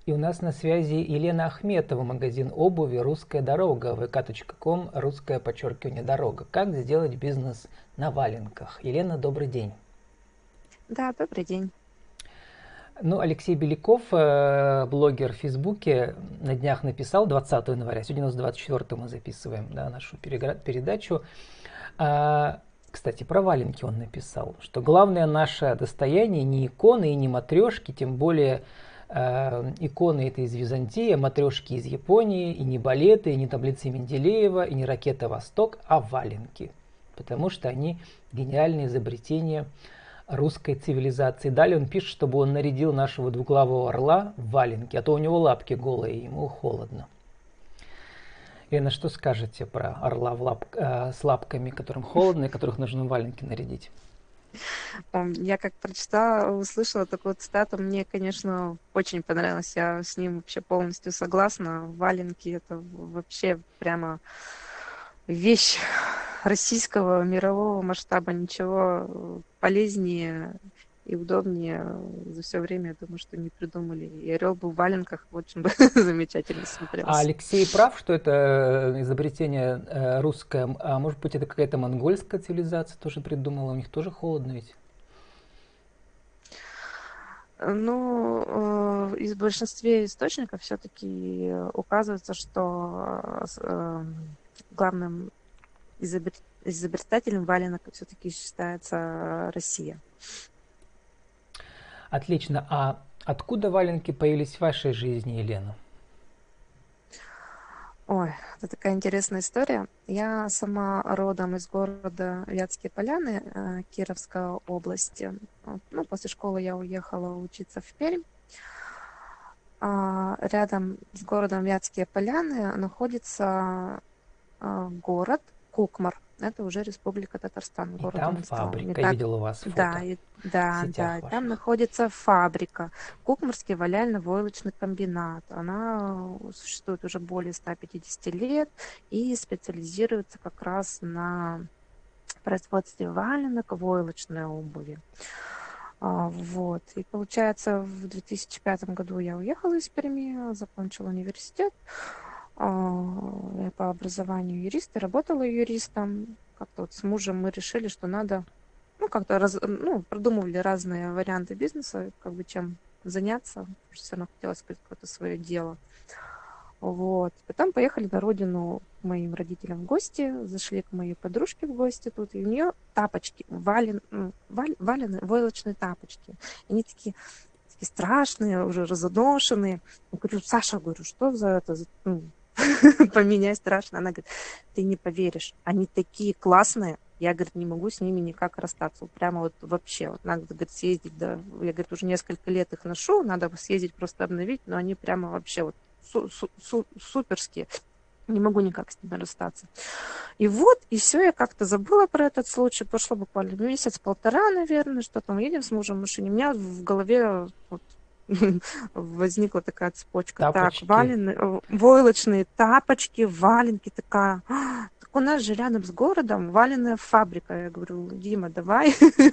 И у нас на связи Елена Ахметова, магазин обуви «Русская дорога», vk.com, _дорога. Как сделать бизнес на валенках? Елена, добрый день. Да, добрый день. Ну, Алексей Беляков, блогер в Фейсбуке, на днях написал, 20 января, сегодня у нас 24 мы записываем, да, нашу передачу. Кстати, про валенки он написал, что главное наше достояние не иконы и не матрешки, тем более иконы это из Византии, матрешки из Японии, и не балеты, и не таблицы Менделеева, и не ракета «Восток», а валенки. Потому что они гениальные изобретения русской цивилизации. Далее он пишет, чтобы он нарядил нашего двуглавого орла в валенки, а то у него лапки голые, ему холодно. Лена, что скажете про орла с лапками, которым холодно и которых нужно валенки нарядить? Я как прочитала, услышала такую цитату, мне, конечно, очень понравилось, я с ним вообще полностью согласна. Валенки — это вообще прямо вещь российского мирового масштаба, ничего полезнее и удобнее за все время, я думаю, что не придумали. И орел был в валенках, очень бы замечательно А смотрелся. Алексей прав, что это изобретение русское, а может быть это какая-то монгольская цивилизация тоже придумала, у них тоже холодно ведь? Ну, из большинстве источников все-таки указывается, что главным изобретателем валенок все-таки считается Россия. Отлично. А откуда валенки появились в вашей жизни, Елена? Ой, это такая интересная история. Я сама родом из города Вятские Поляны, Кировской области. Ну, после школы я уехала учиться в Пермь. Рядом с городом Вятские Поляны находится город Кукмар. Это уже Республика Татарстан. И Город там он стал не фабрика, я так. видел у вас Да, фото в да. сетях И там ваших. находится фабрика. Кукмарский валяльно-войлочный комбинат. Она существует уже более 150 лет и специализируется как раз на производстве валенок, войлочной обуви. Вот. И получается, в 2005 году я уехала из Перми, закончила университет. Я по образованию юрист, и работала юристом. Как-то вот с мужем мы решили, что надо, ну, как-то продумывали разные варианты бизнеса, как бы чем заняться, потому что все равно хотелось открыть какое-то свое дело. Вот. Потом поехали на родину к моим родителям в гости, зашли к моей подружке в гости тут, и у нее тапочки, валеные, войлочные тапочки. И они такие страшные, уже разоношенные. Я говорю, Саша, говорю, что за это? Поменяй страшно. Она говорит, ты не поверишь, они такие классные. Я, говорит, не могу с ними никак расстаться. Вот прямо вот вообще. Вот надо, говорит, съездить. Да. Я, говорит, уже несколько лет их ношу. Надо съездить просто обновить. Но они прямо вообще вот суперские. Не могу никак с ними расстаться. И вот, и все, я как-то забыла про этот случай. Прошло буквально месяц-полтора, наверное, что там, едем с мужем в машине. У меня в голове вот, возникла такая цепочка. Так, Тапочки. войлочные тапочки, валенки, такая. Так у нас же рядом с городом валеная фабрика. Я говорю, Дима, давай.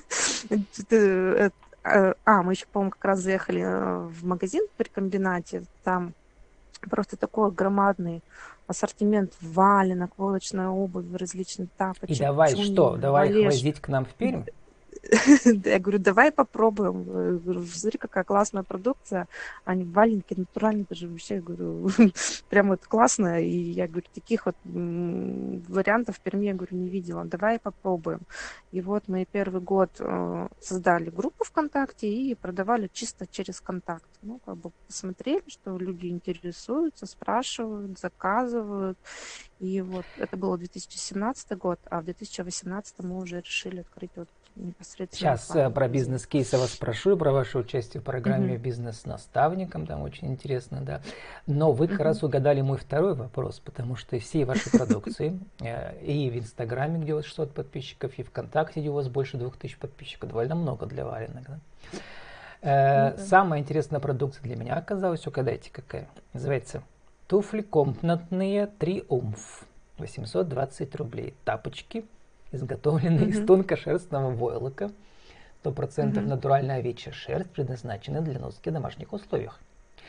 Мы еще, по-моему, как раз заехали в магазин при комбинате. Там просто такой громадный ассортимент валенок, войлочной обуви, различных И тапочек, давай что? тюнинг, Давай их валеж. возить к нам в Пермь? Я говорю, давай попробуем. Я говорю, смотри, какая классная продукция. Они валенки натуральные, даже вообще, я говорю, прям вот классно. И я говорю, таких вот вариантов в Перми, я говорю, не видела. Давай попробуем. И вот мы первый год создали группу ВКонтакте и продавали чисто через контакт. Ну, как бы посмотрели, что люди интересуются, спрашивают, заказывают. И вот это был 2017 год, а в 2018 мы уже решили открыть вот непосредственно Сейчас офлайн про магазин. бизнес-кейс я вас спрошу, про ваше участие в программе Мгм. «Бизнес с наставником», там очень интересно, да. Но вы как Мгм. раз угадали мой второй вопрос, потому что всей вашей продукции, и в Инстаграме, где у вас 600 подписчиков, и ВКонтакте, где у вас больше 2000 подписчиков, довольно много для валенок, да? Ну да. Самая интересная продукция для меня оказалась, угадайте какая, называется туфли комнатные Триумф, 820 рублей, тапочки, изготовленные из Мгм. тонкошерстного войлока, 100% Мгм. натуральная овечья шерсть, предназначены для носки в домашних условиях.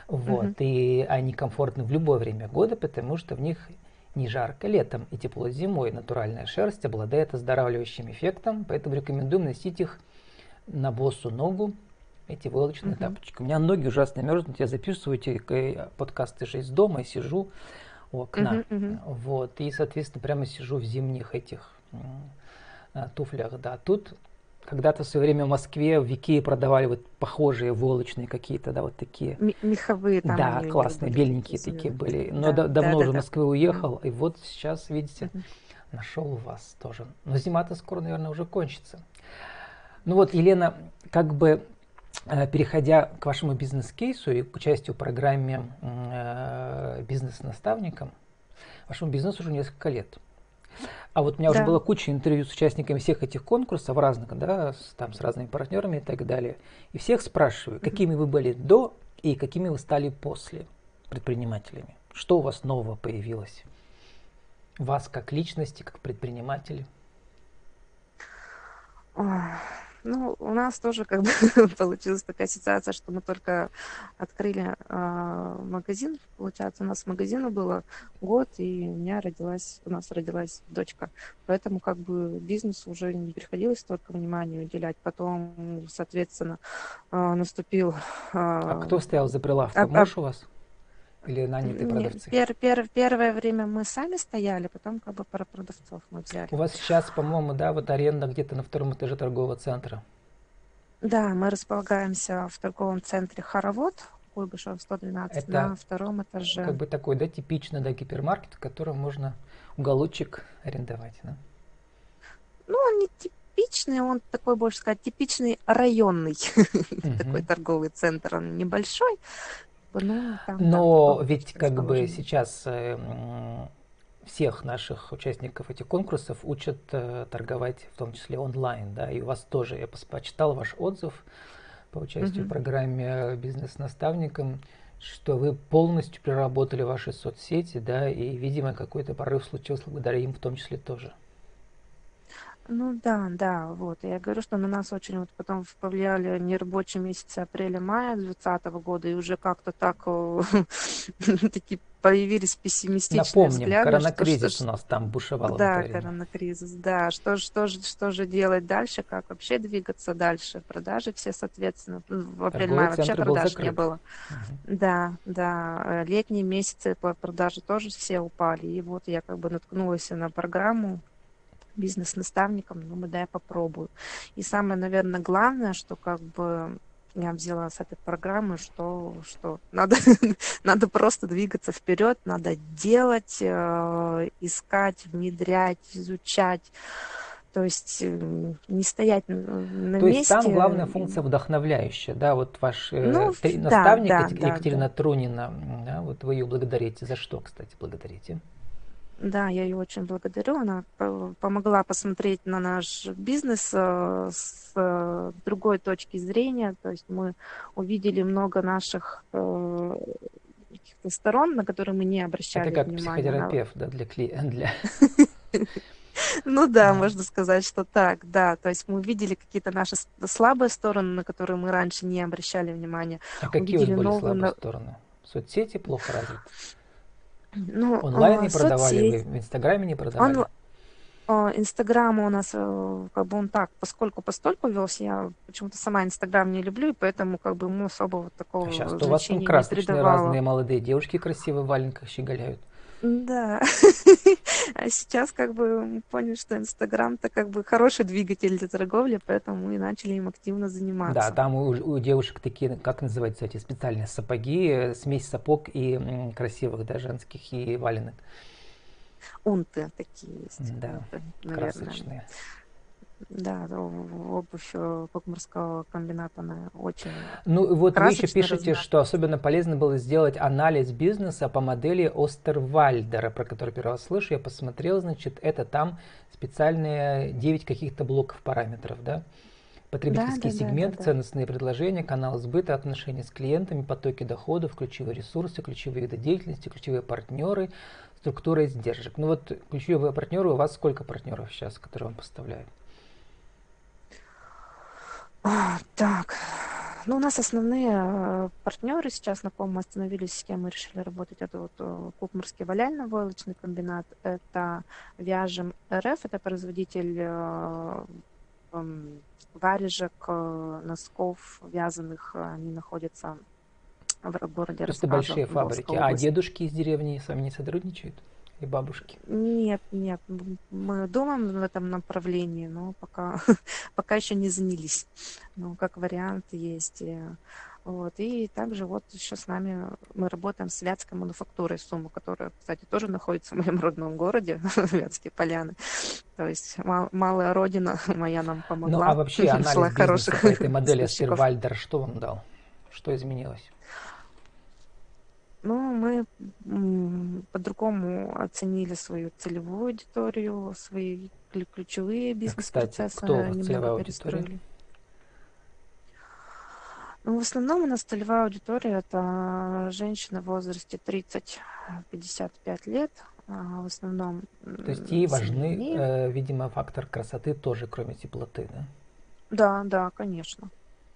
Вот, и они комфортны в любое время года, потому что в них не жарко летом и тепло зимой. Натуральная шерсть обладает оздоравливающим эффектом, поэтому рекомендуем носить их на босу ногу, эти войлочные тапочки. У меня ноги ужасно мерзнут, я записываю эти подкасты же из дома и сижу у окна. Вот, и, соответственно, прямо сижу в зимних этих туфлях. Да. Тут когда-то в свое время в Москве в Икее продавали вот похожие войлочные какие-то, да, вот такие. Меховые там да, они классные, были, беленькие такие были. Но да, давно уже в да. Москву уехал, и вот сейчас, видите, нашел у вас тоже. Но зима-то скоро, наверное, уже кончится. Ну вот, Елена, как бы переходя к вашему бизнес-кейсу и к участию в программе бизнес-наставником, вашему бизнесу уже несколько лет. А вот у меня уже была куча интервью с участниками всех этих конкурсов разных, да, с разными партнерами и так далее. И всех спрашиваю, какими вы были до и какими вы стали после предпринимателями. Что у вас нового появилось? Вас как личности, как предприниматели? Ну, у нас тоже как бы получилась такая ситуация, что мы только открыли магазин. Получается, у нас магазину было год, и у нас родилась дочка. Поэтому как бы бизнесу уже не приходилось столько внимания уделять. Потом, соответственно, наступил... А кто стоял за прилавком? Муж у вас? Или нанятые продавцы? Первое время мы сами стояли, потом как бы пара продавцов мы взяли. У вас сейчас, по-моему, да, вот аренда где-то на втором этаже торгового центра. Да, мы располагаемся в торговом центре «Хоровод», Куйбышева, 112, это на втором этаже. Как бы такой, да, типичный, да, гипермаркет, в котором можно уголочек арендовать, да? Ну, он не типичный, он такой, больше сказать, типичный районный такой торговый центр, он небольшой. Но ведь как бы сейчас всех наших участников этих конкурсов учат торговать, в том числе онлайн, да, и у вас тоже, я почитал ваш отзыв по участию в программе «Бизнес-наставником», что вы полностью переработали ваши соцсети, да, и, видимо, какой-то прорыв случился благодаря им в том числе тоже. Ну да, вот. Я говорю, что на нас очень вот потом повлияли нерабочие месяцы апреля-мая 2020 года, и уже как-то так такие появились пессимистичные взгляды. Напомним, коронакризис у нас там бушевал. Да, коронакризис, да. Что же делать дальше, как вообще двигаться дальше? Продажи все, соответственно, в апреле-мае вообще продаж не было. Да, летние месяцы по продаже тоже все упали, и вот я как бы наткнулась на программу бизнес-наставником, я попробую. И самое, наверное, главное, что как бы я взяла с этой программы, что надо просто двигаться вперед, надо делать, искать, внедрять, изучать. То есть не стоять на месте. То есть там главная функция вдохновляющая, да, вот ваш наставник Екатерина Трунина, да, вот вы ее благодарите. За что, кстати, благодарите? Да, я ее очень благодарю. Она помогла посмотреть на наш бизнес с другой точки зрения. То есть мы увидели много наших каких-то сторон, на которые мы не обращали внимания. Это как психотерапевт, да, для клиента. Ну да, можно сказать, что так, да. То есть мы увидели какие-то наши слабые стороны, на которые мы раньше не обращали внимания. А какие у вас были слабые стороны? Соцсети плохо развиты? Онлайн не продавали вы, в Инстаграме не продавали? Инстаграм у нас, как бы он так, поскольку велся, я почему-то сама Инстаграм не люблю, и поэтому как бы ему особо вот такого значения не придавала. У вас там красочные разные молодые девушки красивые в валенках щеголяют. Да. А сейчас как бы мы поняли, что Инстаграм-то как бы хороший двигатель для торговли, поэтому мы начали им активно заниматься. Да, там у девушек такие, как называются эти специальные сапоги, смесь сапог и красивых, да, женских и валенок. Унты такие есть. Да, красочные. Да, обувь Кокмарского комбината, она очень Ну вот вы еще пишете, что особенно полезно было сделать анализ бизнеса по модели Остервальдера, про который первый раз слышу. Я посмотрел, значит, это там специальные 9 каких-то блоков параметров, да? Потребительский сегмент, ценностные предложения, канал сбыта, отношения с клиентами, потоки доходов, ключевые ресурсы, ключевые виды деятельности, ключевые партнеры, структура издержек. Ну вот ключевые партнеры, у вас сколько партнеров сейчас, которые вам поставляют? Так, Ну, у нас основные партнеры сейчас, на ком мы остановились, с кем мы решили работать, это вот Кукмарский валяльно-войлочный комбинат, это Вяжем РФ, это производитель варежек, носков вязаных, они находятся в городе То есть это Рассказов большие Тамбовской фабрики. А области. дедушки из деревни с вами не сотрудничают? И бабушки? Нет, нет, мы думаем в этом направлении, но пока, пока еще не занялись. Ну, как вариант есть. Вот. И также вот еще с нами мы работаем с Вятской мануфактурой Сумма, которая, кстати, тоже находится в моем родном городе, Вятские Поляны. То есть малая родина моя нам Ну, а помогла, вообще нашла анализ бизнеса хороших по этой модели поставщиков. Остер-Вальдер что вам дал? Что изменилось? Ну, мы по-другому оценили свою целевую аудиторию, свои ключевые А, кстати, бизнес-процессы кто у вас немного целевая аудитория? перестроили. Ну, в основном у нас целевая аудитория — это женщины в возрасте 30-55 лет, в основном То есть ей важны, семьяне. видимо, фактор красоты тоже, кроме теплоты, да? Да, да, конечно.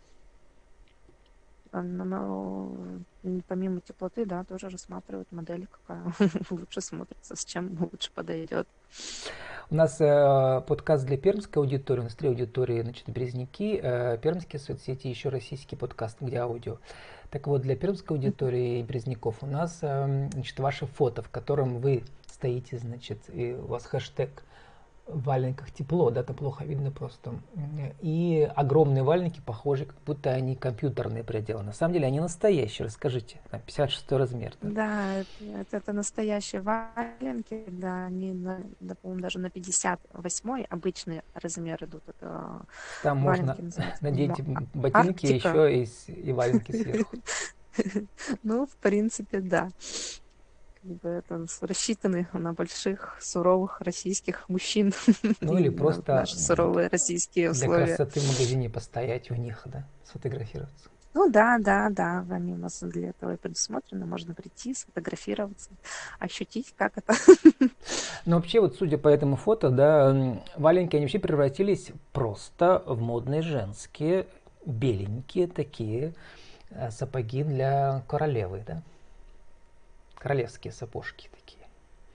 Помимо теплоты, да, тоже рассматривают модели, какая лучше смотрится, с чем лучше подойдет. У нас подкаст для пермской аудитории, у нас 3 аудитории, значит, Березники, пермские соцсети, еще российский подкаст, где аудио. Так вот, для пермской аудитории и Березняков у нас, значит, ваше фото, в котором вы стоите, значит, и у вас хэштег в валенках тепло, да, там плохо видно просто. И огромные валенки, похожи, как будто они компьютерные проделаны. На самом деле они настоящие, расскажите, там 56 размер, да? Да, это настоящие валенки, да, они, да, по-моему, даже на 58-й обычный размер идут. Это Там можно валенки называются, надеть по-моему, ботинки Арктика. еще и валенки сверху. Ну, в принципе, да. Как бы это рассчитаны на больших, суровых российских мужчин Ну и или на просто наши суровые российские для условия. красоты в магазине постоять у них, да, сфотографироваться. Ну да, да, да, вами у нас для этого и предусмотрено. Можно прийти, сфотографироваться, ощутить, как это. Но вообще, вот судя по этому фото, да, валенки, они вообще превратились просто в модные женские, беленькие такие сапоги для королевы, да, королевские сапожки такие.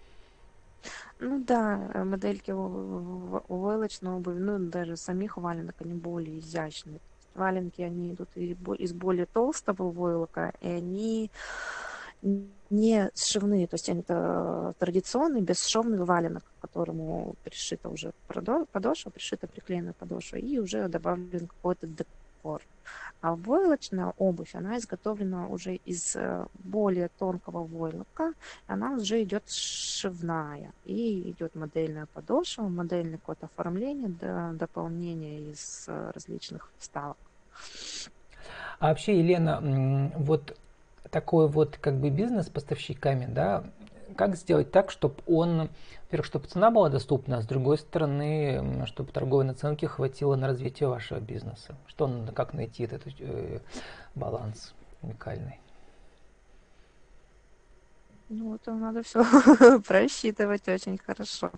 Ну да, модельки у войлочной обуви, ну даже самих валенок, они более изящные. Валенки, они идут из более толстого войлока, и они не сшивные, то есть это традиционный бесшовный валенок, к которому пришита уже подошва, пришита приклеенная подошва, и уже добавлен какой-то декор. А войлочная обувь, она изготовлена уже из более тонкого войлока, она уже идет сшивная, и идет модельная подошва, модельный код оформления, дополнение из различных вставок. А вообще, Елена, вот такой вот как бы бизнес с поставщиками, да, как сделать так, чтобы он, во-первых, чтобы цена была доступна, а с другой стороны, чтобы торговой наценки хватило на развитие вашего бизнеса? Что надо, как найти этот баланс уникальный? Ну, это надо все просчитывать очень хорошо.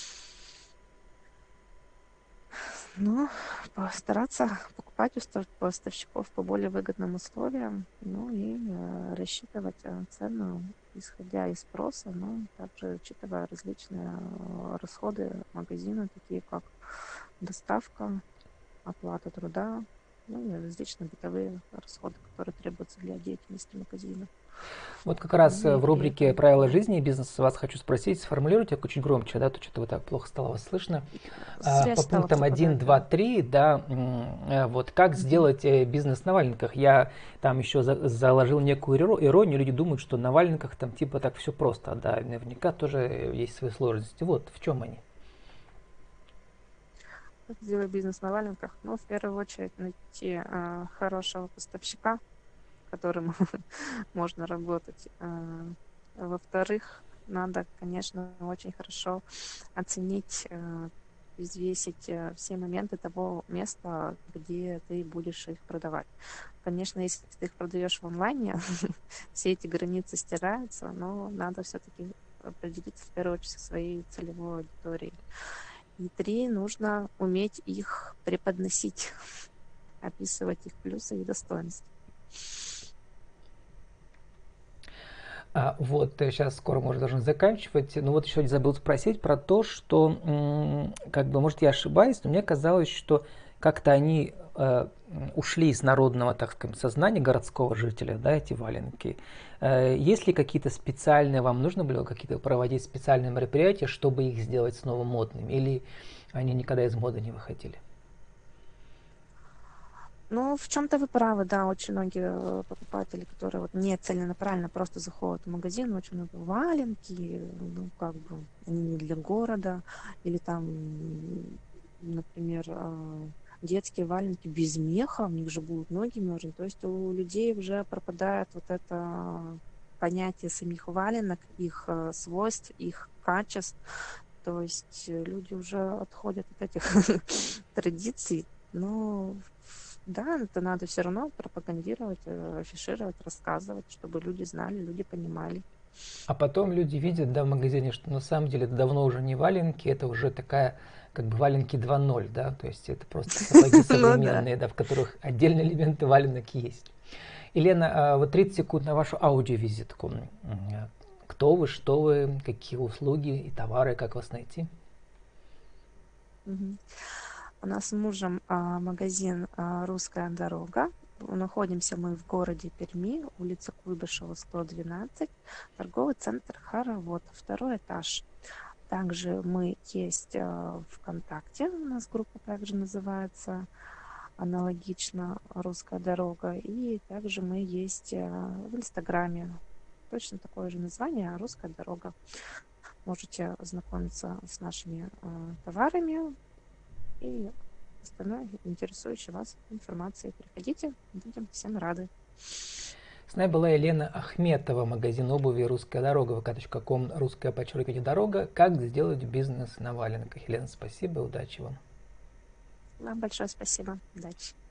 Ну, постараться покупать у поставщиков по более выгодным условиям, ну и рассчитывать цену, исходя из спроса, но также учитывая различные расходы магазина, такие как доставка, оплата труда, ну и различные бытовые расходы, которые требуются для деятельности магазина. Вот как раз Ну и в при рубрике этом, «Правила да, жизни и бизнеса» вас хочу спросить, сформулируйте чуть громче, да, то что-то вы так плохо стало вас слышно. связь По стала пунктам 1, пропадать, 2, да. 3, да, вот как Мгм. сделать бизнес на валенках. Я там еще заложил некую иронию, люди думают, что на валенках там типа так все просто, да, наверняка тоже есть свои сложности. Вот в чем они. Как сделать бизнес на валенках? Ну, в первую очередь, найти хорошего поставщика, которым можно работать. Во-вторых, надо, конечно, очень хорошо оценить, взвесить все моменты того места, где ты будешь их продавать. Конечно, если ты их продаешь в онлайне, все эти границы стираются, но надо все-таки определиться в первую очередь со своей целевой аудиторией. И три, нужно уметь их преподносить. описывать их плюсы и достоинства. Вот, сейчас скоро мы уже должны заканчивать. Но вот еще забыл спросить про то, что, как бы, может, я ошибаюсь, но мне казалось, что как-то они ушли из народного, так сказать, сознания городского жителя, да, эти валенки. Есть ли какие-то специальные, вам нужно было какие-то проводить специальные мероприятия, чтобы их сделать снова модными? Или они никогда из моды не выходили? Ну, в чем-то вы правы, да, очень многие покупатели, которые вот не целенаправленно просто заходят в магазин, очень много валенки, ну, как бы, они не для города, или там, например, детские валенки без меха, у них же будут ноги мерзнуть, то есть у людей уже пропадает вот это понятие самих валенок, их свойств, их качеств, то есть люди уже отходят от этих традиций, но да, это надо все равно пропагандировать, афишировать, рассказывать, чтобы люди знали, люди понимали. А потом люди видят, да, в магазине, что на самом деле это давно уже не валенки, это уже такая, как бы, валенки 2.0, да, то есть это просто сапоги Ну да. современные, да, в которых отдельные элементы валенок есть. Елена, вот 30 секунд на вашу аудиовизитку. Кто вы, что вы, какие услуги и товары, как вас найти? Мгм. У нас с мужем магазин «Русская дорога». Находимся мы в городе Перми, улица Куйбышева, 112, торговый центр «Хоровод», второй этаж. Также мы есть ВКонтакте, у нас группа также называется аналогично «Русская дорога». И также мы есть в Инстаграме, точно такое же название «Русская дорога». Можете ознакомиться с нашими товарами и остальной интересующей вас информацией. Приходите, будем всем рады. С нами была Елена Ахметова, магазин обуви «Русская дорога», vk.com, русская подчеркивание дорога. Как сделать бизнес на валенках? Елена, спасибо, удачи вам. Вам большое спасибо. Удачи.